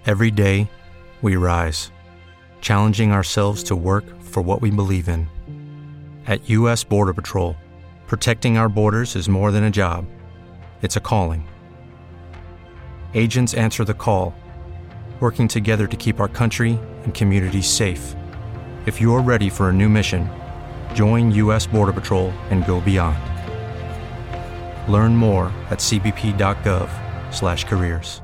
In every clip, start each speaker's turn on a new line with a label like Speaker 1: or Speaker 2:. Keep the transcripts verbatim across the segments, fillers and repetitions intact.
Speaker 1: Every day, we rise, challenging ourselves to work for what we believe in. At U S Border Patrol, protecting our borders is more than a job, it's a calling. Agents answer the call, working together to keep our country and communities safe. If you're ready for a new mission, join U S Border Patrol and go beyond. Learn more at c b p dot gov slash careers.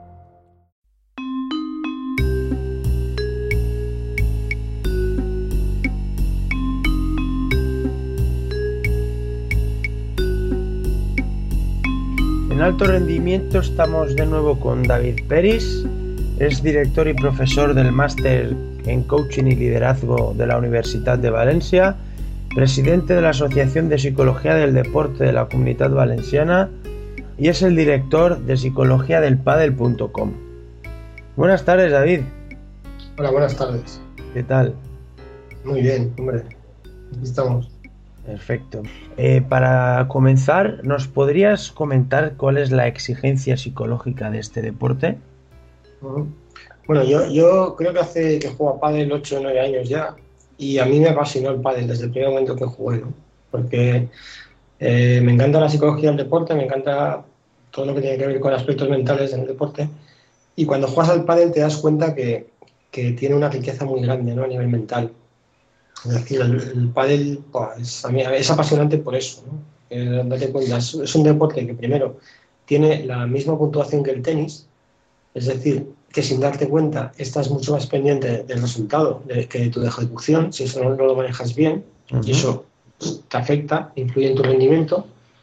Speaker 2: En alto rendimiento estamos de nuevo con David Peris, es director y profesor del Máster en Coaching y Liderazgo de la Universitat de València, presidente de la Asociación de Psicología del Deporte de la Comunitat Valenciana y es el director de Psicología del Pádel punto com. Buenas tardes, David.
Speaker 3: Hola, buenas tardes.
Speaker 2: ¿Qué tal?
Speaker 3: Muy bien, hombre. Aquí estamos.
Speaker 2: Perfecto. Eh, para comenzar, ¿nos podrías comentar cuál es la exigencia psicológica de este deporte?
Speaker 3: Uh-huh. Bueno, yo, yo creo que hace que juego a pádel ocho o nueve años ya y a mí me apasionó el pádel desde el primer momento que jugué, ¿no? Porque eh, me encanta la psicología del deporte, me encanta todo lo que tiene que ver con aspectos mentales en el deporte y cuando juegas al pádel te das cuenta que, que tiene una riqueza muy grande, ¿no? A nivel mental. Es decir, el, el pádel pues, a mí es apasionante por eso, ¿no? Eh, date cuenta, es, es un deporte que primero tiene la misma puntuación que el tenis, es decir, que sin darte cuenta estás mucho más pendiente del resultado de, que de tu ejecución, si eso no, no lo manejas bien, uh-huh. Y eso te afecta, influye en tu rendimiento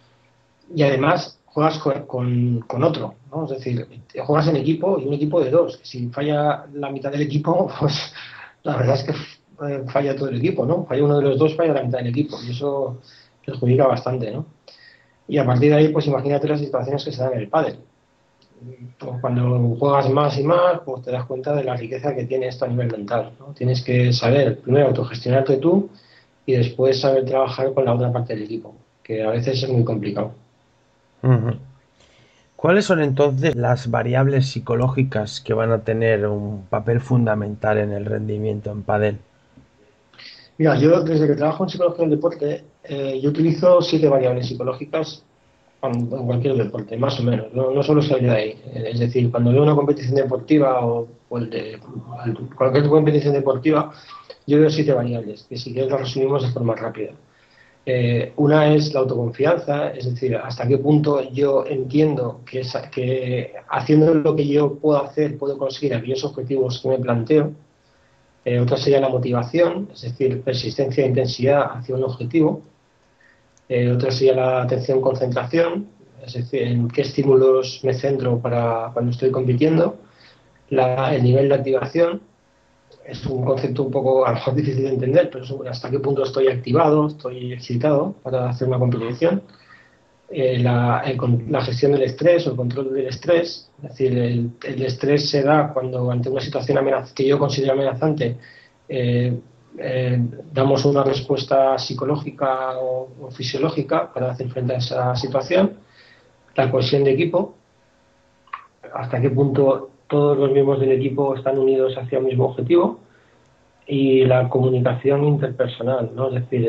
Speaker 3: y además juegas con, con, con otro, ¿no? Es decir, juegas en equipo y un equipo de dos, si falla la mitad del equipo, pues la verdad es que falla todo el equipo, ¿no? Falla uno de los dos, falla la mitad del equipo y eso perjudica bastante, ¿no? Y a partir de ahí, pues imagínate las situaciones que se dan en el pádel. Pues cuando juegas más y más, pues te das cuenta de la riqueza que tiene esto a nivel mental, ¿no? Tienes que saber, primero, autogestionarte tú y después saber trabajar con la otra parte del equipo, que a veces es muy complicado.
Speaker 2: Uh-huh. ¿Cuáles son entonces las variables psicológicas que van a tener un papel fundamental en el rendimiento en pádel?
Speaker 3: Mira, yo desde que trabajo en psicología del deporte, eh, yo utilizo siete variables psicológicas en cualquier deporte, más o menos, no, no solo salir de ahí. Es decir, cuando veo una competición deportiva o, o el de, cualquier competición deportiva, yo veo siete variables, que si quieres las resumimos de forma rápida. Eh, una es la autoconfianza, es decir, hasta qué punto yo entiendo que, es, que haciendo lo que yo puedo hacer puedo conseguir aquellos objetivos que me planteo. Eh, otra sería la motivación, es decir, persistencia e intensidad hacia un objetivo. Eh, otra sería la atención-concentración, es decir, en qué estímulos me centro para cuando estoy compitiendo. La, el nivel de activación es un concepto un poco a lo mejor difícil de entender, pero es hasta qué punto estoy activado, estoy excitado para hacer una competición. Eh, la, el, la gestión del estrés o el control del estrés, es decir, el, el estrés se da cuando ante una situación amenaz que yo considero amenazante eh, eh, damos una respuesta psicológica o, o fisiológica para hacer frente a esa situación. La cohesión de equipo, hasta qué punto todos los miembros del equipo están unidos hacia un mismo objetivo. Y la comunicación interpersonal, ¿no? Es decir,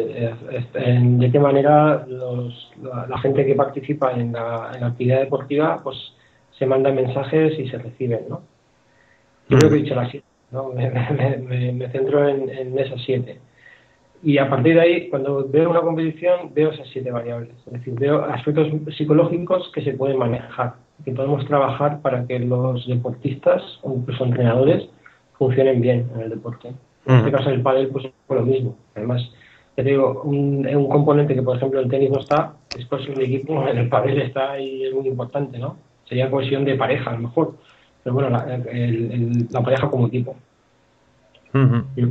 Speaker 3: de qué manera los, la, la gente que participa en la, en la actividad deportiva pues se mandan mensajes y se reciben, ¿no? Yo mm. creo que he dicho las siete, ¿no? Me, me, me, me centro en, en esas siete. Y a partir de ahí, cuando veo una competición, veo esas siete variables. Es decir, veo aspectos psicológicos que se pueden manejar, que podemos trabajar para que los deportistas o incluso entrenadores funcionen bien en el deporte. En este caso el pádel pues es lo mismo. Además, te digo, un, un componente que por ejemplo en el tenis no está, es cohesión de equipo, en el pádel está y es muy importante, ¿no? Sería cohesión de pareja a lo mejor, pero bueno, la, el, el, la pareja como equipo.
Speaker 2: Uh-huh. Sí.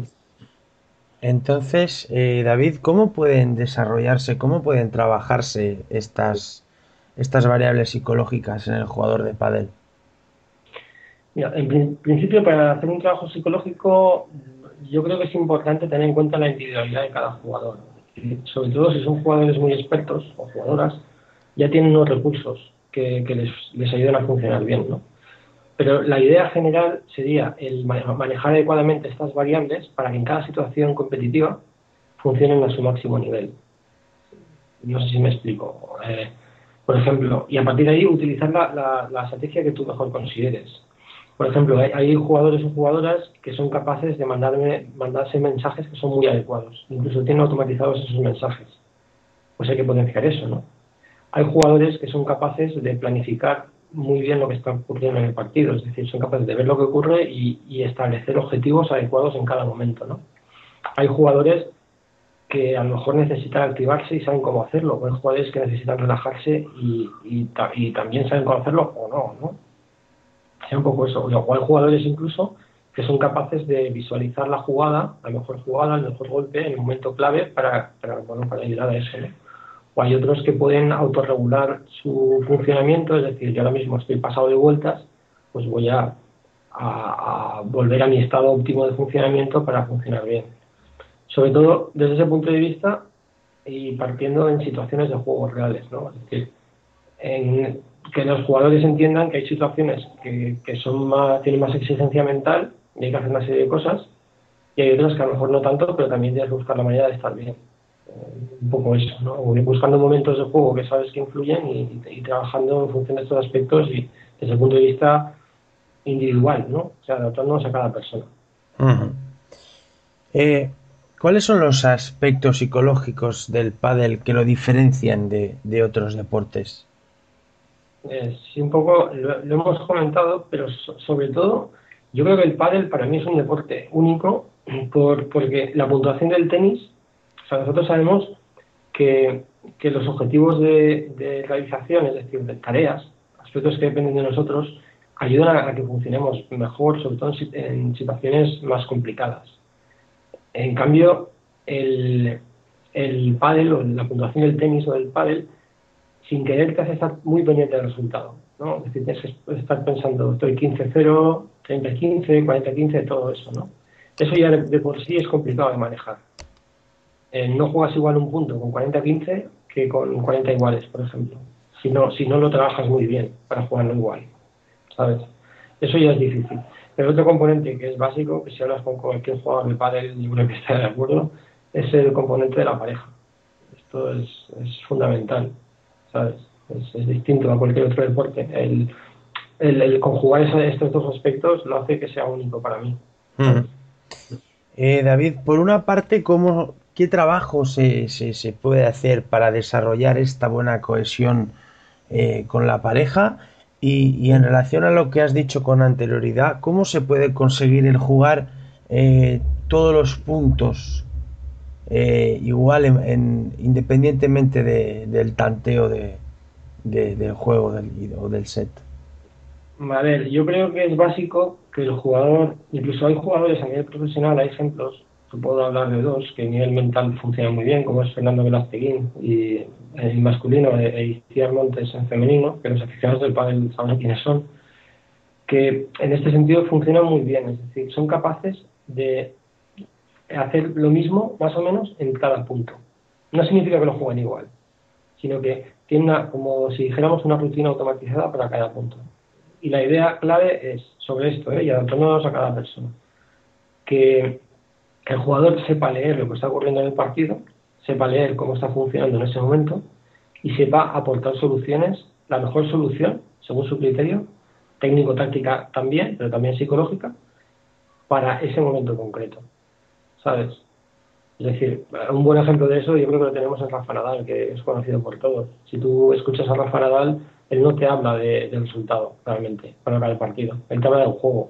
Speaker 2: Entonces, eh, David, ¿cómo pueden desarrollarse, cómo pueden trabajarse estas, estas variables psicológicas en el jugador de pádel?
Speaker 3: Mira, en principio para hacer un trabajo psicológico yo creo que es importante tener en cuenta la individualidad de cada jugador. Sobre todo si son jugadores muy expertos o jugadoras, ya tienen unos recursos que, que les, les ayudan a funcionar bien, ¿no? Pero la idea general sería el manejar adecuadamente estas variables para que en cada situación competitiva funcionen a su máximo nivel. No sé si me explico. Eh, por ejemplo, y a partir de ahí utilizar la, la, la estrategia que tú mejor consideres. Por ejemplo, hay, hay jugadores o jugadoras que son capaces de mandarme, mandarse mensajes que son muy adecuados. Incluso tienen automatizados esos mensajes. Pues hay que potenciar eso, ¿no? Hay jugadores que son capaces de planificar muy bien lo que está ocurriendo en el partido. Es decir, son capaces de ver lo que ocurre y, y establecer objetivos adecuados en cada momento, ¿no? Hay jugadores que a lo mejor necesitan activarse y saben cómo hacerlo. O hay jugadores que necesitan relajarse y, y, y también saben cómo hacerlo o no, ¿no? Sea un poco eso. O hay jugadores incluso que son capaces de visualizar la jugada, la mejor jugada, el mejor golpe en el momento clave para, para, bueno, para ayudar a eso, ¿no? O hay otros que pueden autorregular su funcionamiento, es decir, yo ahora mismo estoy pasado de vueltas, pues voy a, a, a volver a mi estado óptimo de funcionamiento para funcionar bien. Sobre todo desde ese punto de vista y partiendo en situaciones de juegos reales, ¿no? Es decir, en que los jugadores entiendan que hay situaciones que, que son más, tienen más exigencia mental y hay que hacer una serie de cosas, y hay otras que a lo mejor no tanto, pero también tienes que buscar la manera de estar bien. Un poco eso, ¿no? Buscando momentos de juego que sabes que influyen y, y, y trabajando en función de estos aspectos y desde el punto de vista individual, ¿no? O sea, adaptándonos a cada persona.
Speaker 2: Uh-huh. Eh, ¿Cuáles son los aspectos psicológicos del pádel que lo diferencian de, de otros deportes?
Speaker 3: Eh, sí, un poco lo, lo hemos comentado, pero so, sobre todo yo creo que el pádel para mí es un deporte único por, porque la puntuación del tenis. O sea, nosotros sabemos que, que los objetivos de, de realización, es decir, de tareas, aspectos que dependen de nosotros, ayudan a, a que funcionemos mejor, sobre todo en, en situaciones más complicadas. En cambio, el, el pádel o la puntuación del tenis o del pádel, sin querer te hace estar muy pendiente del resultado, ¿no? Es decir, tienes que estar pensando, estoy quince cero, treinta quince, cuarenta quince, todo eso, ¿no? Eso ya de, de por sí es complicado de manejar. Eh, no juegas igual un punto con cuarenta quince que con cuarenta iguales, por ejemplo. Si no, si no lo trabajas muy bien para jugarlo igual, ¿sabes? Eso ya es difícil. El otro componente que es básico, que si hablas con cualquier jugador de pádel, yo creo que está de acuerdo, es el componente de la pareja. Esto es, es fundamental, ¿sabes? Es, es distinto a cualquier otro deporte. El, el, el conjugar esa, estos dos aspectos lo hace que sea único para mí.
Speaker 2: Mm. Eh, David, por una parte, ¿cómo, ¿qué trabajo se, se, se puede hacer para desarrollar esta buena cohesión eh, con la pareja? Y, y en relación a lo que has dicho con anterioridad, ¿cómo se puede conseguir el jugar eh, todos los puntos eh, igual en, en, independientemente de, del tanteo de, de, del juego del, o del set?
Speaker 3: A ver, yo creo que es básico que el jugador, incluso hay jugadores a nivel profesional, hay ejemplos, puedo hablar de dos, que a nivel mental funcionan muy bien, como es Fernando Velasteguín y en masculino e Iciar Montes en femenino, que los aficionados del pádel saben quiénes son, que en este sentido funcionan muy bien, es decir, son capaces de hacer lo mismo, más o menos, en cada punto. No significa que lo jueguen igual, sino que tienen una, como si dijéramos, una rutina automatizada para cada punto. Y la idea clave es sobre esto, ¿eh? Y adaptándonos a cada persona. Que el jugador sepa leer lo que está ocurriendo en el partido, sepa leer cómo está funcionando en ese momento y sepa aportar soluciones, la mejor solución, según su criterio, técnico-táctica también, pero también psicológica, para ese momento concreto, ¿sabes? Es decir, un buen ejemplo de eso yo creo que lo tenemos en Rafa Nadal, que es conocido por todos. Si tú escuchas a Rafa Nadal, él no te habla de, del resultado, realmente, para ganar el partido. Él te habla del juego.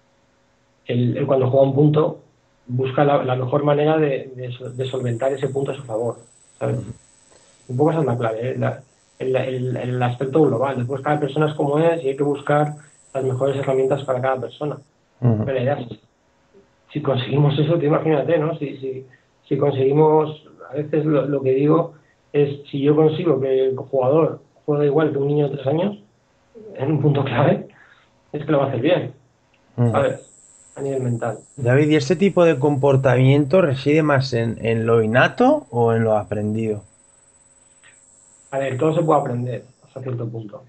Speaker 3: Él, él cuando juega un punto, busca la, la mejor manera de, de, de solventar ese punto a su favor, ¿sabes? Un poco esa es la clave, ¿eh? la, el, el, el aspecto global. Después cada persona es como es y hay que buscar las mejores herramientas para cada persona. Uh-huh. Pero ya, si conseguimos eso, te imagínate, ¿no? Si, si, si conseguimos, a veces lo, lo que digo es, si yo consigo que el jugador juegue igual que un niño de tres años, en un punto clave, es que lo va a hacer bien, ¿sabes? Uh-huh. A nivel mental.
Speaker 2: David, ¿y este tipo de comportamiento reside más en, en lo innato o en lo aprendido?
Speaker 3: A ver, todo se puede aprender hasta cierto punto.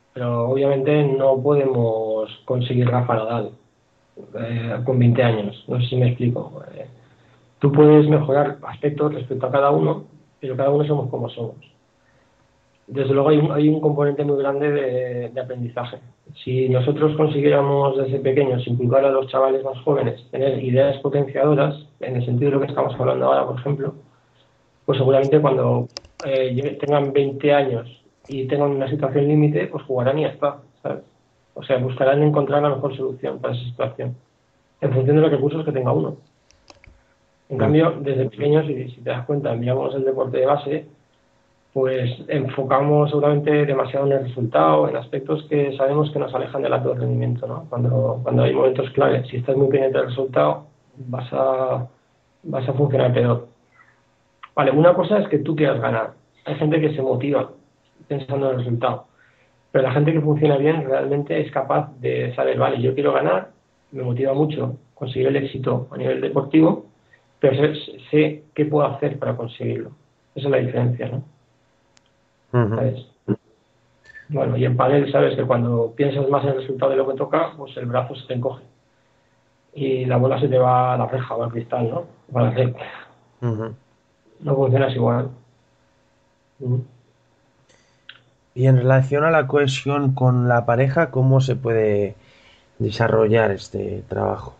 Speaker 3: pero obviamente no podemos conseguir Rafa Nadal eh, con veinte años, no sé si me explico. Eh, tú puedes mejorar aspectos respecto a cada uno, pero cada uno somos como somos. Desde luego hay un, hay un componente muy grande de, de aprendizaje. Si nosotros consiguiéramos desde pequeños inculcar a los chavales más jóvenes tener ideas potenciadoras, en el sentido de lo que estamos hablando ahora, por ejemplo, pues seguramente cuando eh, llegue- tengan veinte años y tengan una situación límite, pues jugarán y ya está, ¿sabes? O sea, buscarán encontrar la mejor solución para esa situación, en función de los recursos que tenga uno. En
Speaker 2: Mm.
Speaker 3: cambio, desde pequeños, si, si te das cuenta, miramos el deporte de base, pues enfocamos seguramente demasiado en el resultado, en aspectos que sabemos que nos alejan del alto rendimiento, ¿no? Cuando, cuando hay momentos clave, si estás muy pendiente del resultado, vas a, vas a funcionar peor. Vale, una cosa es que tú quieras ganar. Hay gente que se motiva pensando en el resultado, pero la gente que funciona bien realmente es capaz de saber, vale, yo quiero ganar, me motiva mucho conseguir el éxito a nivel deportivo, pero sé, sé qué puedo hacer para conseguirlo. Esa es la diferencia, ¿no?
Speaker 2: Ujú.
Speaker 3: ¿Sabes? Bueno, y en pádel sabes que cuando piensas más en el resultado de lo que toca, pues el brazo se te encoge y la bola se te va a la reja o al cristal, ¿no? O a la red.
Speaker 2: Ujú.
Speaker 3: No funcionas igual. Mm.
Speaker 2: Y en relación a la cohesión con la pareja, ¿cómo se puede desarrollar este trabajo?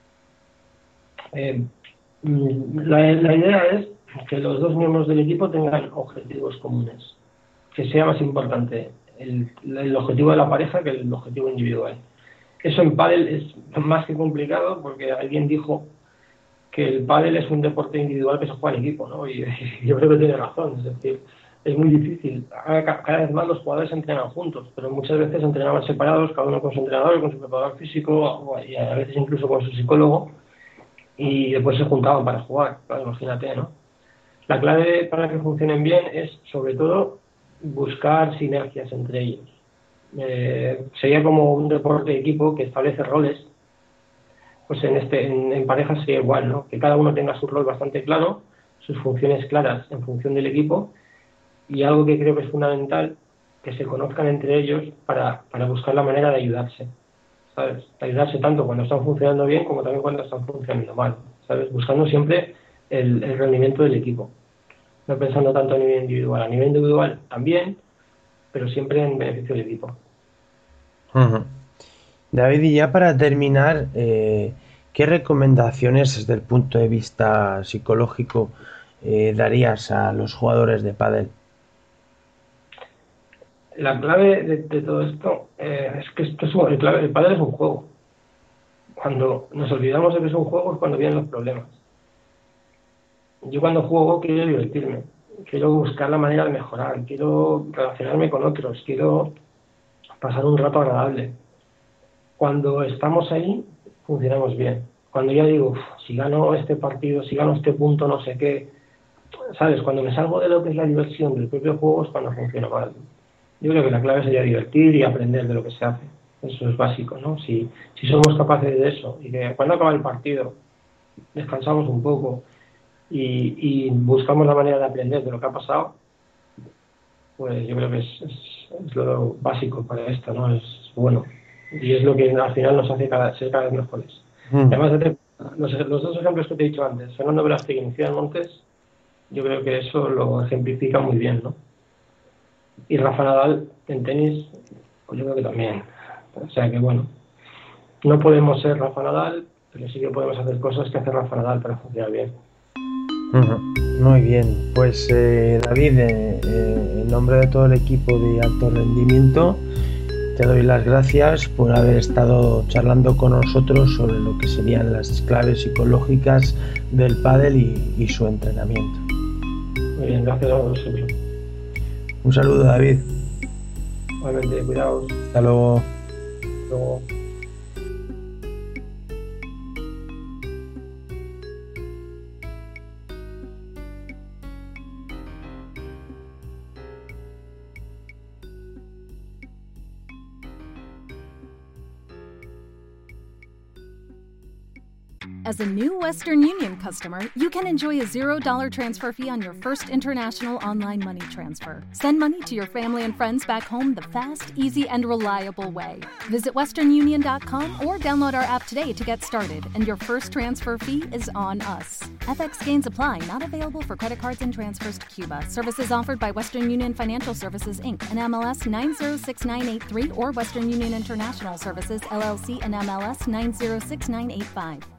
Speaker 3: Eh, mm, la, la idea es que los dos miembros del equipo tengan objetivos comunes, que sea más importante el, el objetivo de la pareja que el objetivo individual. Eso en pádel es más que complicado porque alguien dijo que el pádel es un deporte individual que se juega en equipo, ¿no? Y, y yo creo que tiene razón, es decir, es muy difícil. Cada, cada vez más los jugadores entrenan juntos, pero muchas veces entrenaban separados, cada uno con su entrenador, con su preparador físico, o- y a veces incluso con su psicólogo, y después se juntaban para jugar, claro, imagínate, ¿no? La clave para que funcionen bien es, sobre todo, buscar sinergias entre ellos. Eh, sería como un deporte de equipo que establece roles, pues en, este, en, en pareja sería igual, ¿no? Que cada uno tenga su rol bastante claro, sus funciones claras en función del equipo, y algo que creo que es fundamental, que se conozcan entre ellos para, para buscar la manera de ayudarse, ¿sabes? De ayudarse tanto cuando están funcionando bien como también cuando están funcionando mal, ¿sabes? Buscando siempre el, el rendimiento del equipo, no pensando tanto a nivel individual. A nivel individual también, pero siempre en beneficio del equipo.
Speaker 2: Ujú. David, y ya para terminar, eh, ¿qué recomendaciones desde el punto de vista psicológico eh, darías a los jugadores de pádel?
Speaker 3: La clave de, de todo esto eh, es que esto es un- el, clave, el pádel es un juego. Cuando nos olvidamos de que es un juego es cuando vienen los problemas. Yo cuando juego quiero divertirme, quiero buscar la manera de mejorar, quiero relacionarme con otros, quiero pasar un rato agradable. Cuando estamos ahí, funcionamos bien. Cuando ya digo, "Uf, si gano este partido, si gano este punto, no sé qué", ¿sabes? Cuando me salgo de lo que es la diversión del propio juego es cuando funciona mal. Yo creo que la clave sería divertir y aprender de lo que se hace. Eso es básico, ¿no? Si, si somos capaces de eso y que cuando acaba el partido descansamos un poco y, y buscamos la manera de aprender de lo que ha pasado, pues yo creo que es, es, es lo básico para esto, ¿no? Es bueno. Y es lo que al final nos hace cada, ser cada vez mejores.
Speaker 2: Mm.
Speaker 3: Además, los, los dos ejemplos que te he dicho antes, Fernando Velázquez y Miguel Montes, yo creo que eso lo ejemplifica muy bien, ¿no? Y Rafa Nadal en tenis, pues yo creo que también. O sea que bueno, no podemos ser Rafa Nadal, pero sí que podemos hacer cosas que hace Rafa Nadal para funcionar bien.
Speaker 2: Ujú. Muy bien, pues eh, David, eh, eh, en nombre de todo el equipo de alto rendimiento, te doy las gracias por haber estado charlando con nosotros sobre lo que serían las claves psicológicas del pádel y, y su entrenamiento.
Speaker 3: Muy bien, gracias a vosotros.
Speaker 2: Un saludo, David.
Speaker 3: Igualmente, cuidaos.
Speaker 2: Hasta luego.
Speaker 3: Luego.
Speaker 4: As a new Western Union customer, you can enjoy a zero dollars transfer fee on your first international online money transfer. Send money to your family and friends back home the fast, easy, and reliable way. Visit western union dot com or download our app today to get started, and your first transfer fee is on us. F X gains apply, not available for credit cards and transfers to Cuba. Services offered by Western Union Financial Services, Incorporated, and M L S nine zero six nine eight three or Western Union International Services, L L C, and M L S nine zero six nine eight five.